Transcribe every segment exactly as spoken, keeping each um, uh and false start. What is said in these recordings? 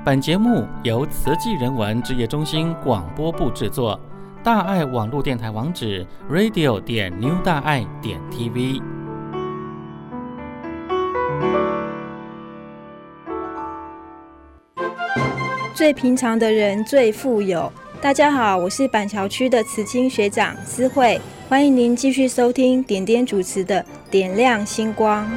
本节目由慈济人文职业中心广播部制作，大爱网络电台网址 radio 点 new 大爱点 t v。 最平常的人最富有。大家好，我是板桥区的慈青学长思慧，欢迎您继续收听点点主持的点亮星光。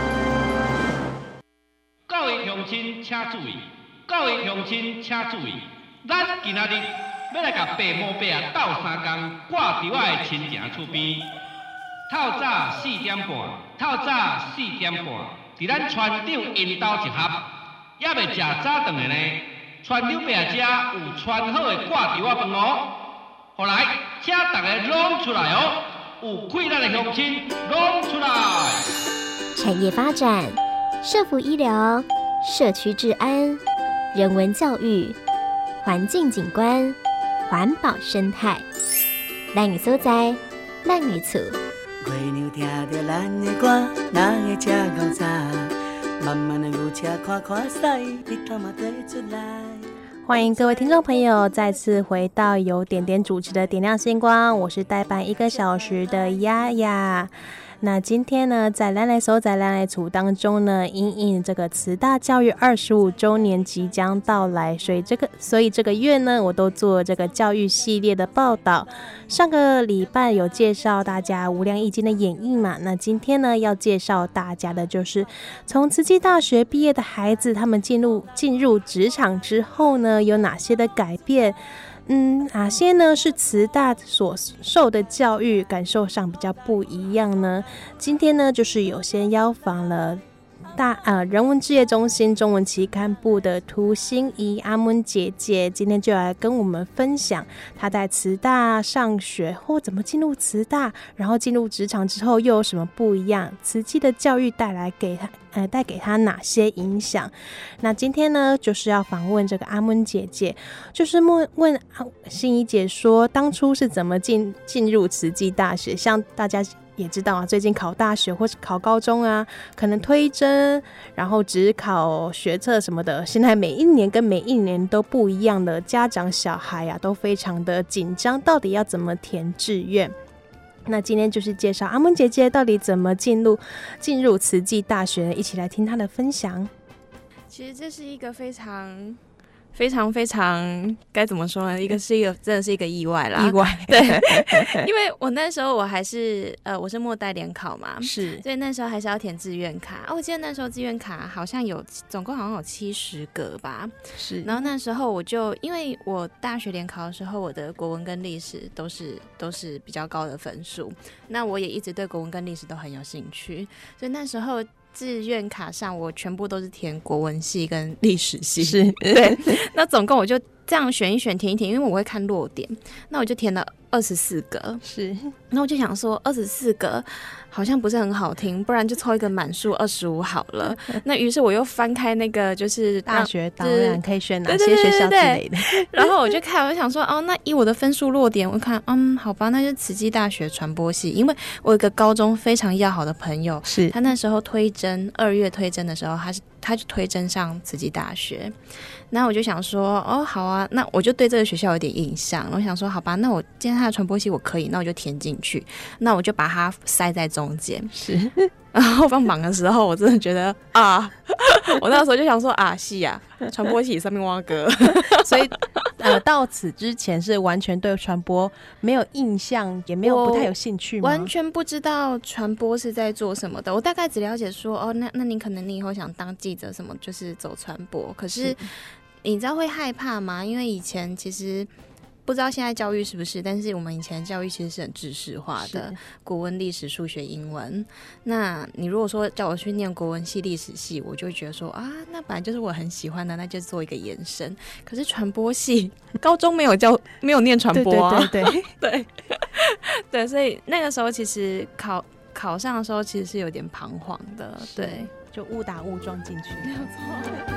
各位乡亲请注意，各位乡亲请注意，咱今仔日要来甲爸母伯啊斗三工挂伫我的亲情厝边。透早四点半，透早四点半，伫咱船长因兜一盒，还未食早顿的呢。船长伯啊，遮有穿好的挂伫我饭哦。后来，请大家拢出来哦，有气力的乡亲拢出来。 产业发展、社福医疗、社区治安、人文教育、环境景观、环保生态，咱的所在，咱的厝。 月娘听着咱的歌，咱的车讲早，慢慢的牛车看看驶，日头嘛追出来。 欢迎各位听众朋友再次回到由点点主持的点亮星光，我是代班一个小时的丫丫。那今天呢，在咱的所在咱的厝当中呢，因应这个慈大教育二十五周年即将到来，所以这个所以这个月呢，我都做这个教育系列的报道。上个礼拜有介绍大家无量易经的演绎嘛，那今天呢要介绍大家的就是从慈济大学毕业的孩子，他们进入进入职场之后呢，有哪些的改变？嗯，哪些呢是慈大所受的教育感受上比较不一样呢？今天呢，就是有先邀访了大呃人文志业中心中文期刊部的涂心怡阿mun姐姐，今天就来跟我们分享她在慈大上学或怎么进入慈大，然后进入职场之后又有什么不一样？慈济的教育带来给她呃带给她哪些影响？那今天呢，就是要访问这个阿mun姐姐，就是问问心怡姐说，当初是怎么进进入慈济大学？像大家也知道啊，最近考大学或是考高中啊，可能推甄，然后只考学测什么的，现在每一年跟每一年都不一样的，家长小孩啊都非常的紧张，到底要怎么填志愿？那今天就是介绍阿mun姐姐到底怎么进入进入慈济大学，一起来听她的分享。 其实这是一个非常。非常非常该怎么说呢？一个是一个真的是一个意外啦， 意外对，因为我那时候我还是呃我是末代联考嘛， 是， 所以那时候还是要填志愿卡啊。我记得那时候志愿卡好像有总共好像有七十个吧， 是。 然后那时候我就因为我大学联考的时候，我的国文跟历史都是都是比较高的分数，那我也一直对国文跟历史都很有兴趣，所以那时候。志愿卡上我全部都是填国文系跟历史系， 是对。那总共我就这样选一选填一填，因为我会看落点，那我就填了二十四个， 是。 然后我就想说二十四个好像不是很好听，不然就凑一个满数二十五好了。那于是我又翻开那个就是大学导览可以选哪些学校之类的， 然后我就看，我就想说哦，那以我的分数落点，我看嗯好吧，那就慈济大学传播系，因为我有一个高中非常要好的朋友， 是他那时候推甄二月推甄的时候，他是他就推甄上慈济大学。那我就想说哦好啊，那我就对这个学校有点印象，我想说好吧，那我今天他的传播系我可以，那我就填进去，那我就把它塞在中间， 是。 然后放榜的时候我真的觉得啊我那时候就想说啊是啊，传播系上面挖歌所以呃到此之前是完全对传播没有印象，也没有不太有兴趣吗？ 完全不知道传播是在做什么的，我大概只了解说哦那那你可能你以后想当记者什么，就是走传播，可是你知道会害怕吗？因为以前其实不知道现在教育是不是，但是我们以前教育其实是很知识化的，国文、历史、数学、英文。那你如果说叫我去念国文系、历史系，我就会觉得说啊，那本来就是我很喜欢的，那就做一个延伸。可是传播系高中没有教，没有念传播啊， 对对对对对对，所以那个时候其实考考上的时候其实是有点彷徨的，对， 就误打误撞进去， 没有错。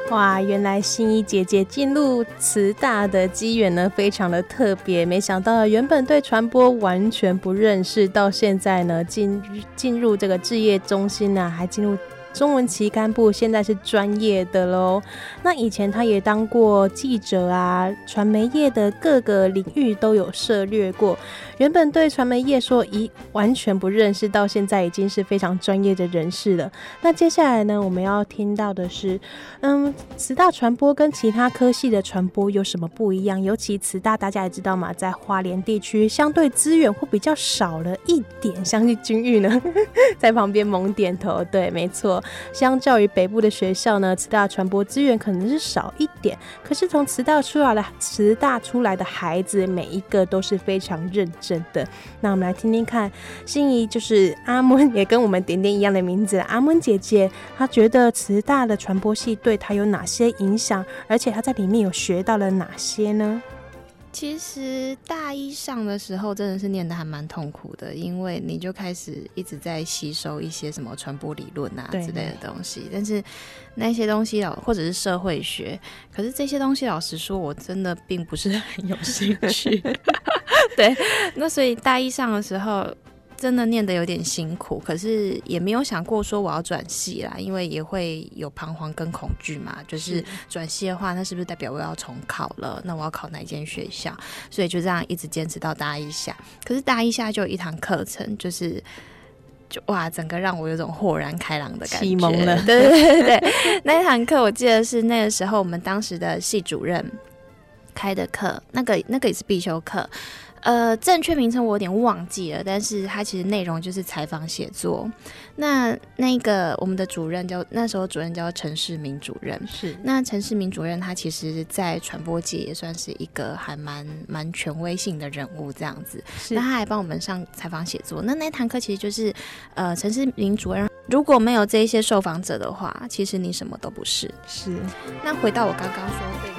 哇，原来心怡姐姐进入慈大的机缘呢，非常的特别。没想到原本对传播完全不认识，到现在呢，进进入这个志业中心呢、啊，还进入中文期刊部，现在是专业的咯。那以前他也当过记者啊，传媒业的各个领域都有涉猎过。原本对传媒业说一完全不认识，到现在已经是非常专业的人士了。那接下来呢，我们要听到的是，嗯，慈大传播跟其他科系的传播有什么不一样？尤其慈大大家也知道嘛，在花莲地区相对资源会比较少了一点，相信君玉呢在旁边猛点头。对，没错，相较于北部的学校呢，慈大传播资源可能是少一点，可是从慈大出来的慈大出来的孩子，每一个都是非常认真的。那我们来听听看，心怡就是阿mun，也跟我们点点一样的名字，阿mun姐姐，她觉得慈大的传播系对她有哪些影响，而且她在里面有学到了哪些呢？ 其实大一上的时候真的是念得还蛮痛苦的，因为你就开始一直在吸收一些什么传播理论啊之类的东西，但是那些东西或者是社会学，可是这些东西老实说我真的并不是很有兴趣对，那所以大一上的时候真的念得有点辛苦，可是也没有想过说我要转系啦，因为也会有彷徨跟恐惧嘛，就是转系的话那是不是代表我要重考了，那我要考哪间学校，所以就这样一直坚持到大一下。可是大一下就有一堂课程，就是就哇整个让我有种豁然开朗的感觉， 启蒙了。 对对对对那一堂课我记得是那个时候我们当时的系主任开的课，那个那个也是必修课，呃，正确名称我有点忘记了，但是它其实内容就是采访写作。那那个我们的主任叫那时候主任叫陈世明主任， 是那陈世明主任他其实在传播界也算是一个还蛮蛮权威性的人物这样子。那他还帮我们上采访写作。那那堂课其实就是呃陈世明主任如果没有这一些受访者的话，其实你什么都不是。 是。 那回到我刚刚说对。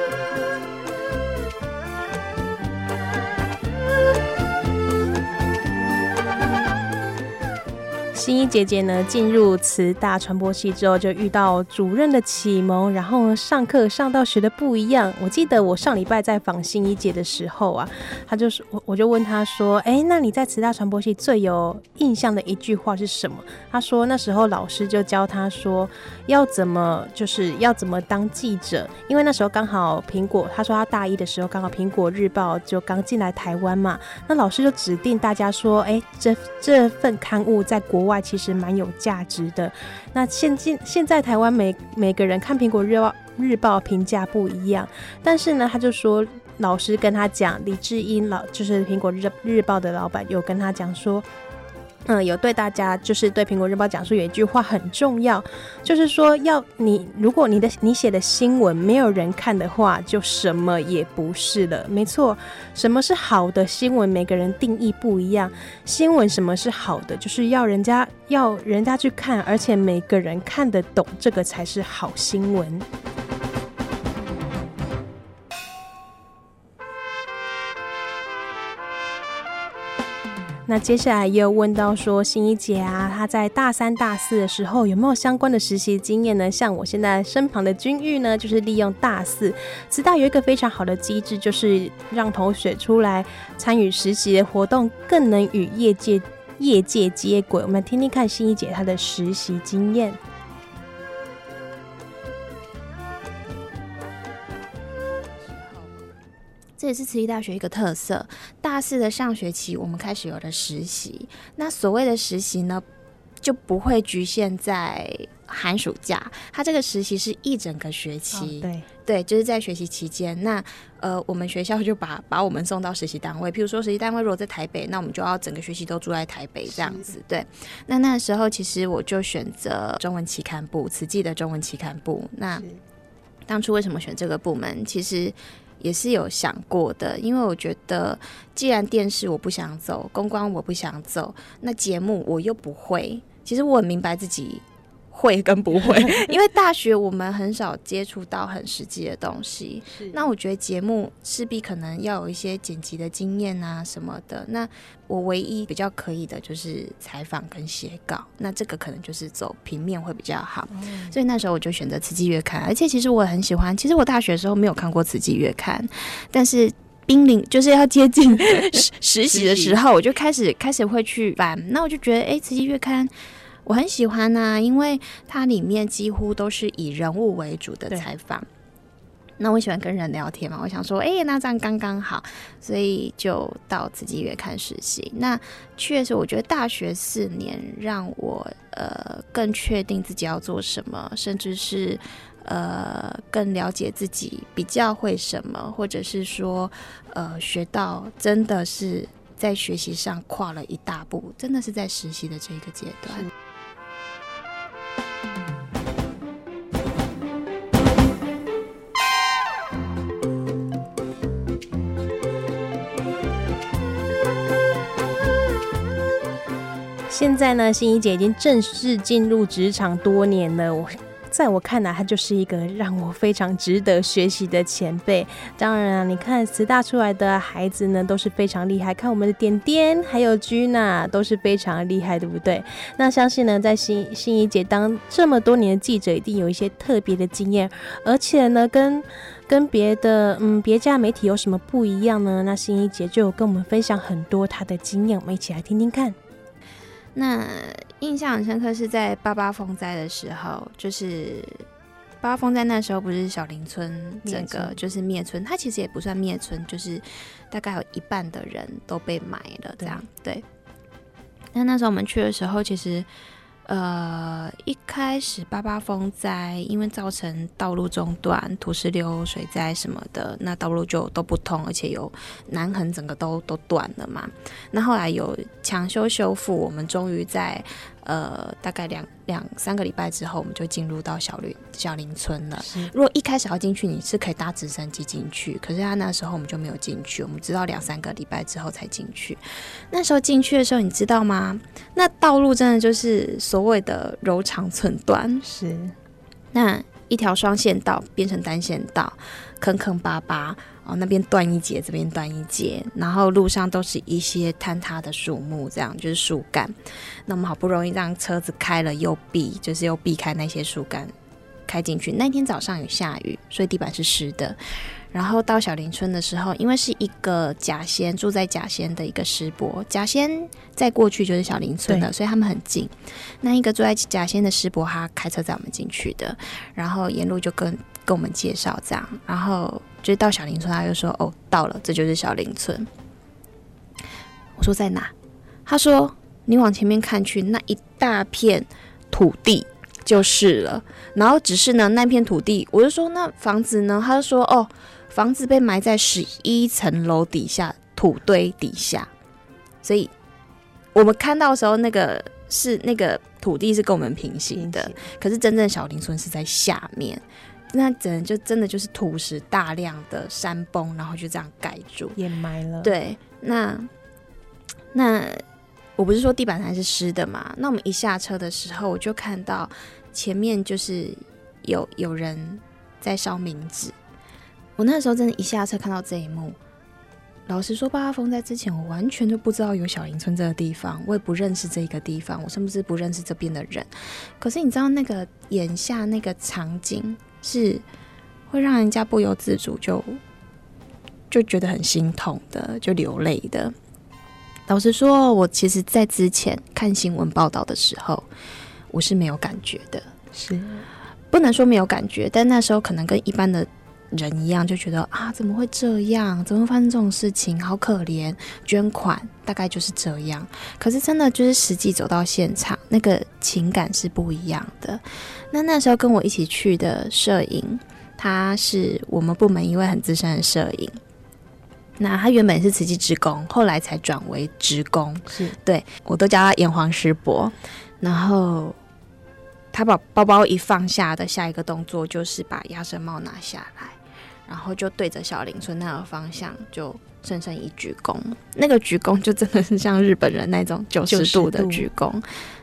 心怡姐姐呢，进入慈大传播系之后，就遇到主任的启蒙，然后呢，上课上到学的不一样。我记得我上礼拜在访心怡姐的时候啊，她就说，我我就问她说，哎、欸，那你在慈大传播系最有印象的一句话是什么？她说那时候老师就教她说，要怎么就是要怎么当记者，因为那时候刚好苹果，她说她大一的时候刚好苹果日报就刚进来台湾嘛，那老师就指定大家说，哎、欸，这这份刊物在国外其实蛮有价值的。那现今现在台湾每每个人看苹果日报日报评价不一样，但是呢，他就说老师跟他讲，李志英老就是苹果日日报的老板有跟他讲说。嗯，有对大家就是对苹果日报讲说有一句话很重要，就是说要你如果你的你写的新闻没有人看的话，就什么也不是了。没错，什么是好的新闻，每个人定义不一样。新闻什么是好的，就是要人家要人家去看，而且每个人看得懂，这个才是好新闻。那接下来也有问到说，心怡姐啊，她在大三大四的时候有没有相关的实习经验呢？像我现在身旁的君玉呢，就是利用大四，慈大有一个非常好的机制，就是让同学出来参与实习的活动，更能与业界业界接轨。我们听听看心怡姐她的实习经验。 这也是慈济大学一个特色，大四的上学期我们开始有了实习。那所谓的实习呢，就不会局限在寒暑假，它这个实习是一整个学期。 哦、对对，就是在学习期间。那呃，我们学校就把把我们送到实习单位，譬如说实习单位如果在台北，那我们就要整个学期都住在台北这样子。对，那那时候其实我就选择中文期刊部，慈济的中文期刊部。那当初为什么选这个部门？其实也是有想过的，因为我觉得既然电视我不想走，公关我不想走，那节目我又不会，其实我很明白自己会跟不会，因为大学我们很少接触到很实际的东西。那我觉得节目势必可能要有一些剪辑的经验啊什么的。那我唯一比较可以的就是采访跟写稿，那这个可能就是走平面会比较好。嗯、所以那时候我就选择慈济月刊，而且其实我很喜欢。其实我大学的时候没有看过慈济月刊，但是濒临就是要接近实习的时候，我就开始开始会去翻。那我就觉得，哎，慈济月刊我很喜欢啊，因为它里面几乎都是以人物为主的采访。那我喜欢跟人聊天嘛，我想说，哎、欸，那这样刚刚好，所以就到慈济月刊实习。那确实，我觉得大学四年让我呃更确定自己要做什么，甚至是呃更了解自己比较会什么，或者是说呃学到真的是在学习上跨了一大步，真的是在实习的这个阶段。 现在呢，心怡姐已经正式进入职场多年了。我在我看来，她就是一个让我非常值得学习的前辈。当然啊，你看慈大出来的孩子呢，都是非常厉害。看我们的点点还有 Gina 都是非常厉害，对不对？那相信呢，在心心怡姐当这么多年的记者，一定有一些特别的经验，而且呢，跟跟别的嗯别家媒体有什么不一样呢？那心怡姐就有跟我们分享很多她的经验，我们一起来听听看。 那印象很深刻是在八八风灾的时候，就是八八风灾那时候不是小林村整个就是灭村，它其实也不算灭村，就是大概有一半的人都被埋了这样。对，对，那那时候我们去的时候，其实呃一开始八八风灾因为造成道路中断、土石流、水灾什么的，那道路就都不通，而且有南横整个都都断了嘛。那后来有抢修修复，我们终于在呃大概两两三个礼拜之后，我们就进入到小林小林村了。如果一开始要进去，你是可以搭直升机进去，可是他那时候我们就没有进去，我们直到两三个礼拜之后才进去。那时候进去的时候，你知道吗？那道路真的就是所谓的柔肠寸断， 是那一条双线道变成单线道，坑坑巴巴。哦，那边断一截，这边断一截，然后路上都是一些坍塌的树木，这样就是树干。那我们好不容易让车子开了，又避，就是又避开那些树干，开进去。那天早上有下雨，所以地板是湿的。然后到小林村的时候，因为是一个甲仙住在甲仙的一个师伯，甲仙再过去就是小林村了，所以他们很近。那一个住在甲仙的师伯，他开车载我们进去的，然后沿路就跟跟我们介绍这样，然后就到小林村，他就说：“哦，到了，这就是小林村。”我说在哪？他说：“你往前面看去，那一大片土地就是了。然后只是呢，那片土地，我就说那房子呢？他就说：哦。”房子被埋在十一层楼底下土堆底下，所以我们看到的时候，那个是那个土地是跟我们平行的，可是真正小林村是在下面，那整就真的就是土石大量的山崩，然后就这样盖住掩埋了。 对，那那我不是说地板还是湿的嘛？那我们一下车的时候，我就看到前面就是有有人在烧冥纸。我那时候真的一下车看到这一幕，老实说，八八风灾之前我完全就不知道有小林村这个地方，我也不认识这个地方，我甚至不认识这边的人。可是你知道那个眼下那个场景是会让人家不由自主就就觉得很心痛的，就流泪的。老实说，我其实在之前看新闻报道的时候，我是没有感觉的， 是不能说没有感觉，但那时候可能跟一般的人一样，就觉得啊，怎么会这样？怎么会发生这种事情？好可怜，捐款大概就是这样。可是真的就是实际走到现场，那个情感是不一样的。那那时候跟我一起去的摄影，他是我们部门一位很资深的摄影。那他原本是慈济志工，后来才转为职工， 是对我都叫他炎黄师伯。然后他把包包一放下的下一个动作就是把鸭舌帽拿下来，然后就对着小林村那个方向就深深一鞠躬，那个鞠躬就真的是像日本人那种九十度的鞠躬。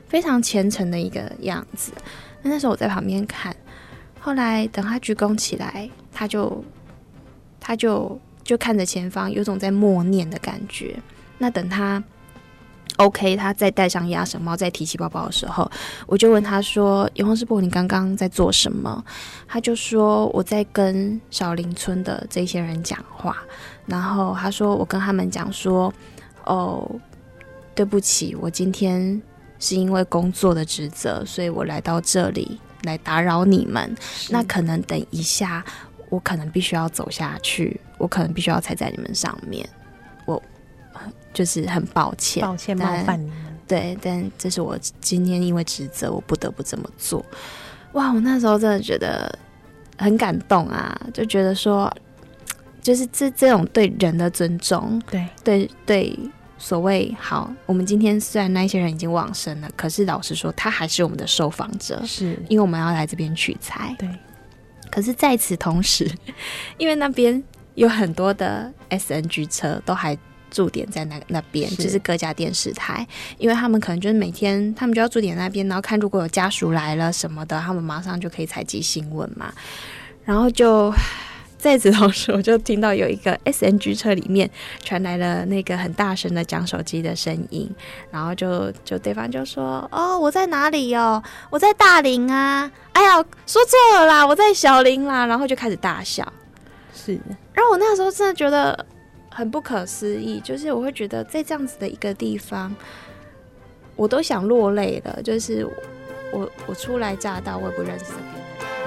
非常虔诚的一个样子。那那时候我在旁边看，后来等他鞠躬起来，他就他就就看着前方，有种在默念的感觉。那等他 OK， 他再戴上鸭舌帽，再提起包包的时候，我就问他说：“永丰师伯，你刚刚在做什么？”他就说：“我在跟小林村的这些人讲话。”然后他说：“我跟他们讲说，哦，对不起，我今天是因为工作的职责，所以我来到这里来打扰你们。那可能等一下，我可能必须要走下去，我可能必须要踩在你们上面，我就是很抱歉， 抱歉冒犯你们。 对，但这是我今天因为职责，我不得不这么做。哇，我那时候真的觉得很感动啊，就觉得说，就是这这种对人的尊重， 对对对。所谓好，我们今天虽然那些人已经往生了，可是老实说，他还是我们的受访者， 是因为我们要来这边取材。 对， 可是在此同时，因为那边有很多的 S N G 车都还驻点在那那边，就是各家电视台，因为他们可能就是每天他们就要驻点那边，然后看如果有家属来了什么的，他们马上就可以采集新闻嘛，然后就。在此同时，我就听到有一个 S N G 车里面传来了那个很大声的讲手机的声音，然后就就对方就说：“哦，我在哪里哦？我在大林啊！哎呀，说错了啦，我在小林啦！”然后就开始大笑。 是， 然后我那时候真的觉得很不可思议，就是我会觉得在这样子的一个地方，我都想落泪了。就是我我初来乍到，我也不认识这边。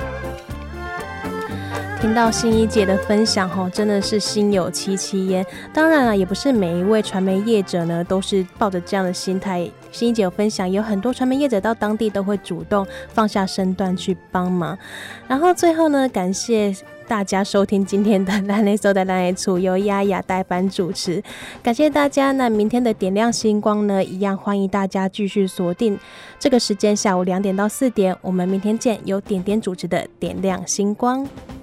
听到心怡姐的分享，真的是心有戚戚焉。当然了，也不是每一位传媒业者呢都是抱着这样的心态。心怡姐有分享，有很多传媒业者到当地都会主动放下身段去帮忙。然后最后呢，感谢大家收听今天的咱的所在咱的厝，由雅雅代班主持，感谢大家。那明天的点亮星光呢，一样欢迎大家继续锁定这个时间，下午两点到四点，我们明天见。由点点主持的点亮星光。